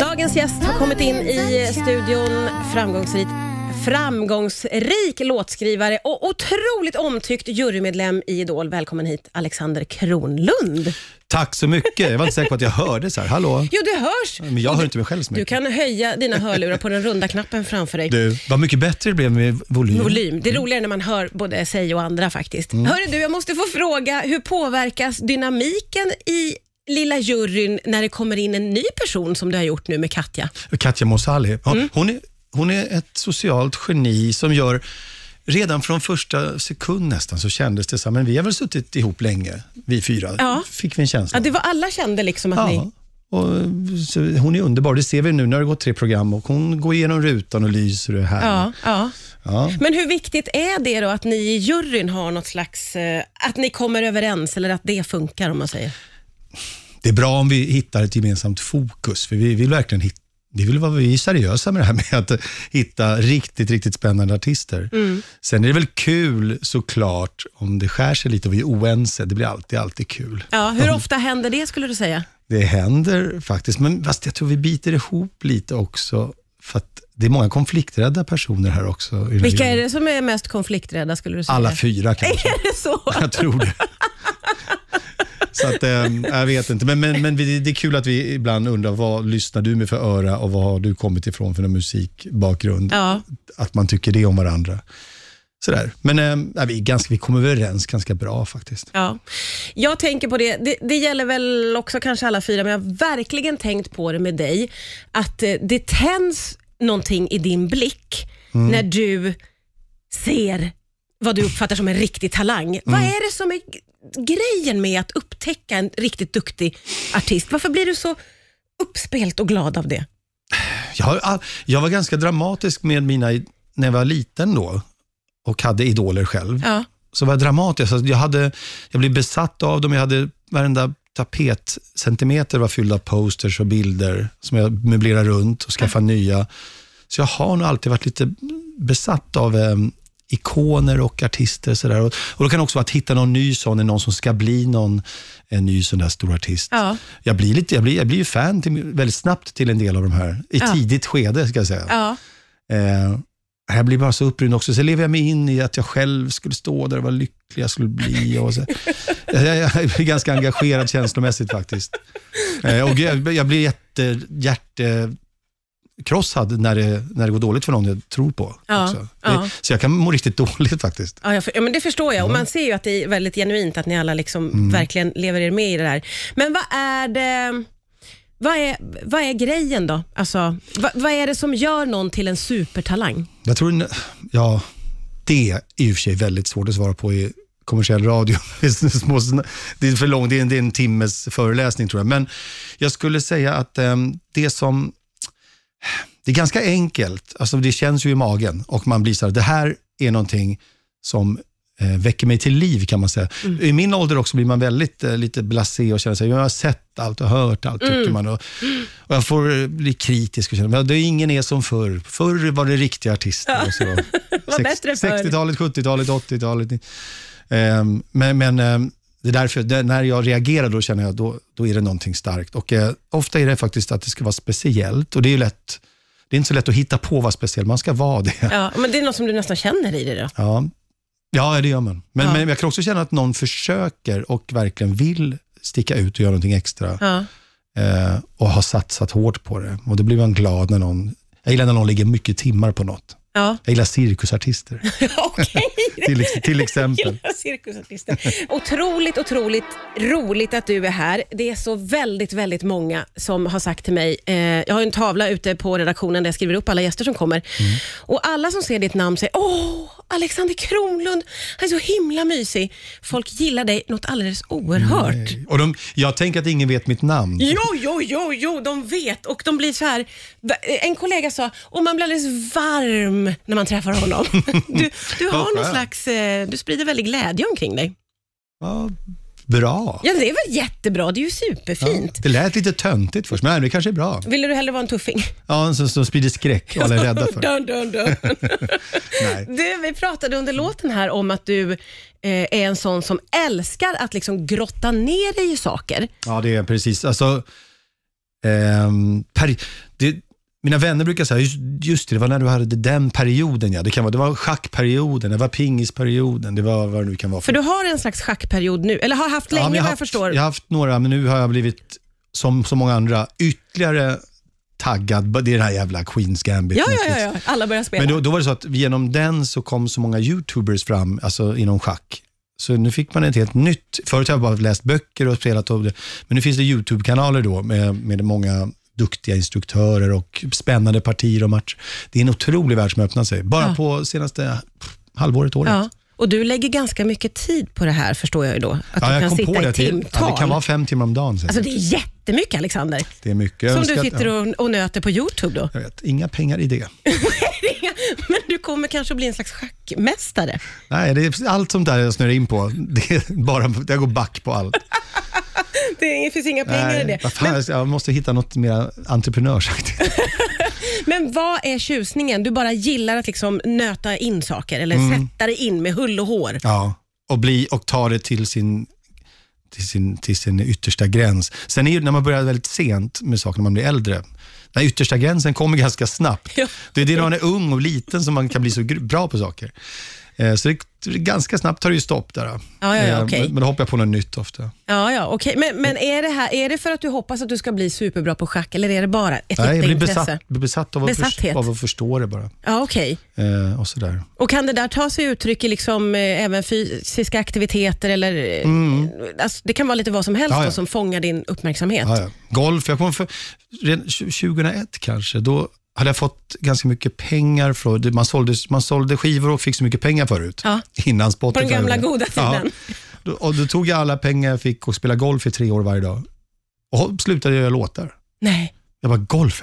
Dagens gäst har kommit in i studion, framgångsrik låtskrivare och otroligt omtyckt jurymedlem i Idol. Välkommen hit, Alexander Kronlund. Tack så mycket. Jag var inte säker på att jag hörde så här. Hallå? Jo, det hörs. Men jag hör inte mig själv så mycket. Du kan höja dina hörlurar på den runda knappen framför dig. Du, vad mycket bättre det blev med volym. Det är roligare när man hör både sig och andra faktiskt. Hörru du, jag måste få fråga, hur påverkas dynamiken i lilla juryn när det kommer in en ny person som du har gjort nu med Katja? Katja Mosali. Hon är ett socialt geni som gör, redan från första sekund nästan så kändes det så, men vi har väl suttit ihop länge, vi fyra. Ja. Fick vi en känsla. Ja, det var alla kände liksom att ni... Och så, hon är underbar, det ser vi nu när det går 3 program och hon går igenom rutan och lyser det här. Ja. Men hur viktigt är det då att ni i juryn har något slags, att ni kommer överens eller att det funkar om man säger? Det är bra om vi hittar ett gemensamt fokus, för vi vill verkligen vi är seriösa med det här med att hitta riktigt spännande artister. Sen är det väl kul såklart om det skär sig lite och vi är oense. Det blir alltid kul. Ja, hur ofta händer det skulle du säga? Det händer faktiskt, men fast jag tror vi biter ihop lite också för att det är många konflikträdda personer här också. Vilka är det som är mest konflikträdda skulle du säga? Alla 4 kanske. Är det så? Jag tror det. Så att, jag vet inte, men det är kul att vi ibland undrar vad lyssnar du med för öra och vad har du kommit ifrån för en musikbakgrund. Ja. Att man tycker det om varandra. Sådär. Men vi kommer överens ganska bra faktiskt. Ja. Jag tänker på det gäller väl också kanske alla 4, men jag har verkligen tänkt på det med dig, att det tänds någonting i din blick när du ser vad du uppfattar som en riktig talang. Vad är det som är grejen med att upptäcka en riktigt duktig artist? Varför blir du så uppspelt och glad av det? Jag var ganska dramatisk med mina, när jag var liten då och hade idoler själv. Ja. Så var jag dramatisk. Jag blev besatt av dem. Jag hade varenda tapetcentimeter var fylld av posters och bilder som jag möblerar runt och skaffar nya. Så jag har nog alltid varit lite besatt av ikoner och artister sådär. Och då kan det också vara att hitta någon ny sån, någon som ska bli en ny sån där stor artist. Ja. Jag blir ju fan väldigt snabbt till en del av de här i tidigt skede ska jag säga. Ja. Jag blir bara så upprymd också. Så lever jag mig in i att jag själv skulle stå där och vad lycklig jag skulle bli. Och så. Jag är ganska engagerad känslomässigt faktiskt. Och jag blir hjärtekrossad när det går dåligt för någon jag tror på. Också. Så jag kan må riktigt dåligt faktiskt. Ja, men det förstår jag. Och man ser ju att det är väldigt genuint att ni alla liksom verkligen lever er med i det där. Men vad är det... Vad är grejen då? Alltså, vad är det som gör någon till en supertalang? Jag tror, det är i och för sig väldigt svårt att svara på i kommersiell radio. Det är för långt, det är en timmes föreläsning tror jag. Men jag skulle säga att det är ganska enkelt. Alltså det känns ju i magen och man blir så här, det här är någonting som väcker mig till liv kan man säga. I min ålder också blir man väldigt lite blasé och känner sig, jag har sett allt och hört allt tycker man och jag får bli kritisk och känna, det ingen är som förr. Förr var det riktiga artister och så. Var bättre förr. 60-talet, 70-talet, 80-talet. Men det är därför när jag reagerar då känner jag då är det någonting starkt och ofta är det faktiskt att det ska vara speciellt och det är lätt. Det är inte så lätt att hitta på vad speciellt, man ska vara det. Ja, men det är något som du nästan känner i det då. Ja, det gör man. Men jag kan också känna att någon försöker och verkligen vill sticka ut och göra någonting extra. Och har satsat hårt på det. Och då blir man glad när jag gillar när någon lägger mycket timmar på något. Ja. Jag gillar cirkusartister. Okej. till exempel. Cirkusartister. Otroligt roligt att du är här. Det är så väldigt många som har sagt till mig, jag har en tavla ute på redaktionen där jag skriver upp alla gäster som kommer. Och alla som ser ditt namn säger, Alexander Kronlund, han är så himla mysig. Folk gillar dig något alldeles oerhört. Nej. Och jag tänker att ingen vet mitt namn. Jo, de vet. Och de blir så här, en kollega sa, man blir alldeles varm när man träffar honom. Du har någon slags, du sprider väldigt glädje omkring dig. Ja, bra. Ja, det är väl jättebra, det är ju superfint. Ja, det lät lite töntigt först, men det kanske är bra. Ville du hellre vara en tuffing? Ja, som sprider skräck och alla är rädda för. Dun. Nej. Vi pratade under låten här om att du är en sån som älskar att liksom grotta ner dig i saker. Ja, det är precis. Alltså, Mina vänner brukar säga, just det var när du hade den perioden. Ja. Det var schackperioden, det var pingisperioden, det var vad det nu kan vara. För du har en slags schackperiod nu, eller har haft länge vad jag förstår. Jag har haft några, men nu har jag blivit, som så många andra, ytterligare taggad. Det är den här jävla Queen's Gambit. Ja. Alla börjar spela. Men då var det så att genom den så kom så många YouTubers fram, alltså inom schack. Så nu fick man ett helt nytt, förut har jag bara läst böcker och spelat av det, men nu finns det YouTube-kanaler då med många duktiga instruktörer och spännande partier och match. Det är en otrolig värld som öppnar sig. Bara på senaste halvåret, året. Ja. Och du lägger ganska mycket tid på det här, förstår jag ju då. Att du kan sitta i timtal. Det kan vara 5 timmar om dagen. Alltså det är jättemycket, Alexander. Det är mycket. Som du sitter och nöter på YouTube då. Jag vet, inga pengar i det. Men du kommer kanske bli en slags schackmästare. Nej, det är allt sånt där jag snör in på. Det är bara, jag går back på allt. Det finns inga pengar i det. Fan, jag måste hitta något mer entreprenörsaktigt. Men vad är tjusningen? Du bara gillar att liksom nöta in saker eller sätta det in med hull och hår. Ja, och ta det till sin yttersta gräns. Sen är det när man börjar väldigt sent med saker när man blir äldre. Den yttersta gränsen kommer ganska snabbt. Ja. Det är när man är ung och liten som man kan bli så bra på saker. Så det ganska snabbt tar det ju stopp där. Ja, okay. Men då hoppar jag på något nytt ofta. Ja, okej. Men är det för att du hoppas att du ska bli superbra på schack eller är det bara ett jag intresse? blir besatt av att förstå det bara. Ja, okej. Och sådär. Och kan det där ta sig uttryck i liksom, även fysiska aktiviteter eller alltså, det kan vara lite vad som helst då, som fångar din uppmärksamhet? Ja. Golf, jag kommer för 2001 kanske, då hade jag fått ganska mycket pengar för man sålde skivor och fick så mycket pengar förut. Ja. Innan Spotify. På den gamla goda tiden. Ja. Och då tog jag alla pengar jag fick och spelade golf i 3 år varje dag. Och slutade göra låtar. Nej. Jag var golf.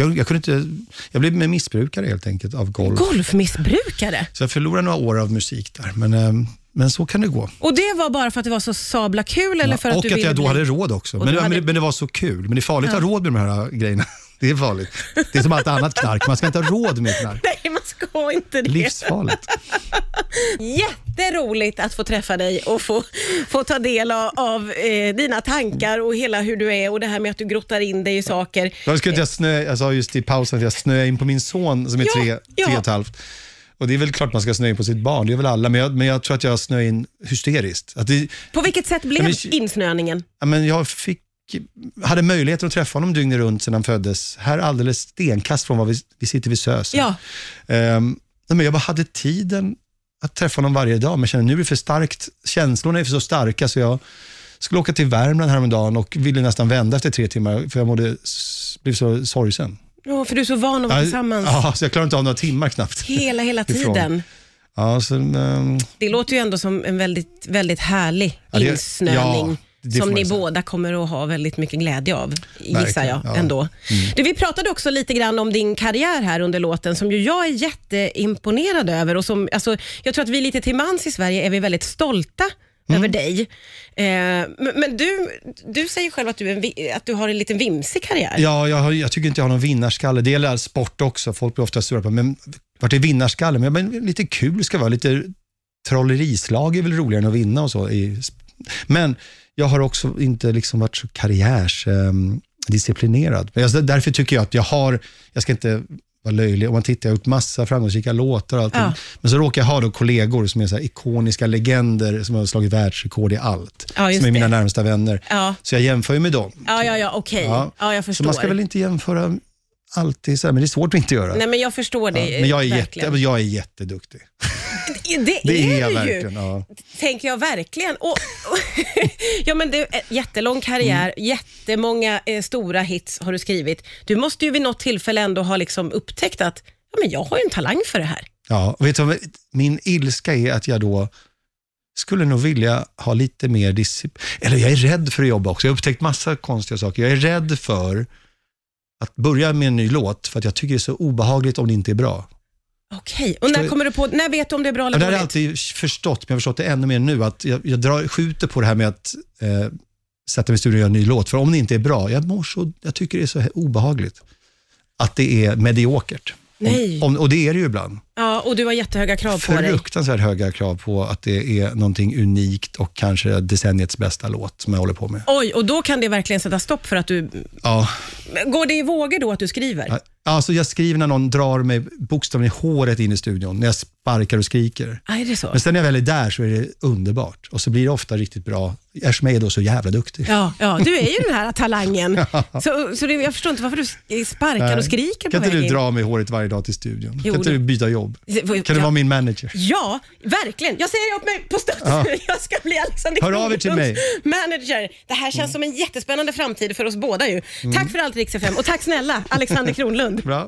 Jag blev med missbrukare helt enkelt av golf. Golfmissbrukare? Så jag förlorade några år av musik där. Men så kan det gå. Och det var bara för att det var så sabla kul? Eller för att du och att jag då hade råd också. Men det var så kul. Men det är farligt att ha råd med de här grejerna. Det är farligt. Det är som allt annat knark. Man ska inte ha råd med knark. Nej, man ska inte det. Livsfarligt. Jätteroligt att få träffa dig och få ta del av dina tankar och hela hur du är och det här med att du grottar in dig i saker. Jag sa just i pausen att jag snöade in på min son som är 3,5. Och det är väl klart man ska snöa in på sitt barn, det är väl alla. Men jag tror att jag snöade in hysteriskt. På vilket sätt blev insnöningen? Jag hade möjlighet att träffa honom dygnet runt sedan han föddes. Här alldeles stenkast från var vi sitter vid Sösen. Ja. Men jag bara hade tiden att träffa honom varje dag. Men nu är det för starkt. Känslorna är för så starka så jag skulle åka till Värmland häromdagen och ville nästan vända efter 3 timmar för jag blev så sorgsen. Ja, för du är så van att vara tillsammans. Ja, så jag klarar inte av några timmar knappt. Hela tiden. Ja, det låter ju ändå som en väldigt, väldigt härlig insnöning. Som ni båda kommer att ha väldigt mycket glädje av, gissar jag ändå. Vi pratade också lite grann om din karriär här under låten som ju jag är jätteimponerad över och som, alltså, jag tror att vi lite till mans i Sverige är vi väldigt stolta över dig. Men du säger själv att du har en liten vimsig karriär. Ja, jag tycker inte jag har någon vinnarskalle. Det gäller all sport också. Folk blir ofta sura på men vart är vinnarskalle? Men lite kul ska vara. Lite trollerislag är väl roligare än att vinna och så. Men jag har också inte liksom varit så karriärsdisciplinerad. Därför tycker jag att jag ska inte vara löjlig. Om man tittar, jag har gjort massa framgångsrika låtar och allting. Ja. Men så råkar jag ha då kollegor som är så här ikoniska legender som har slagit världsrekord i allt. Ja, som är mina närmsta vänner. Ja. Så jag jämför ju med dem. Ja, okej. Ja, jag förstår. Så man ska väl inte jämföra alltid så här, men det är svårt att inte göra. Nej, men jag förstår det. Ja, men jag är jätteduktig. Det är jag verkligen, tänker jag verkligen. Ja, men det är jättelång karriär, jättemånga stora hits har du skrivit. Du måste ju vid något tillfälle ändå ha liksom upptäckt att men jag har ju en talang för det här. Ja, vet du, min ilska är att jag då skulle nog vilja ha lite mer disciplin. Eller jag är rädd för att jobba också. Jag har upptäckt massa konstiga saker. Jag är rädd för att börja med en ny låt för att jag tycker det är så obehagligt om det inte är bra. Okej, och när vet du om det är bra eller dåligt? Det har jag alltid förstått, men jag har förstått det ännu mer nu att jag skjuter på det här med att sätta mig i studion och göra en ny låt, för om det inte är bra, jag tycker det är så obehagligt att det är mediokert. Nej. Och det är det ju ibland. Ja, och du har jättehöga krav på dig. Fruktansvärt höga krav på att det är någonting unikt och kanske decenniets bästa låt som jag håller på med. Oj, och då kan det verkligen sätta stopp för att du... Ja. Går det i vågor då att du skriver? Ja, alltså jag skriver när någon drar mig bokstavligen i håret in i studion, när jag sparkar och skriker. Är det så? Men sen när jag väl är där så är det underbart. Och så blir det ofta riktigt bra. Eftersom jag är då så jävla duktig. Ja, du är ju den här talangen. Så jag förstår inte varför du sparkar och skriker på vägen. Kan inte du dra mig i håret varje dag till studion? Kan inte du byta jobb? Kan du vara min manager? Ja, verkligen. Jag säger upp mig på stött. Ja. Jag ska bli Alexander Kronlunds manager. Det här känns som en jättespännande framtid för oss båda ju. Tack för allt, Rix FM. Och tack snälla, Alexander Kronlund. Bra.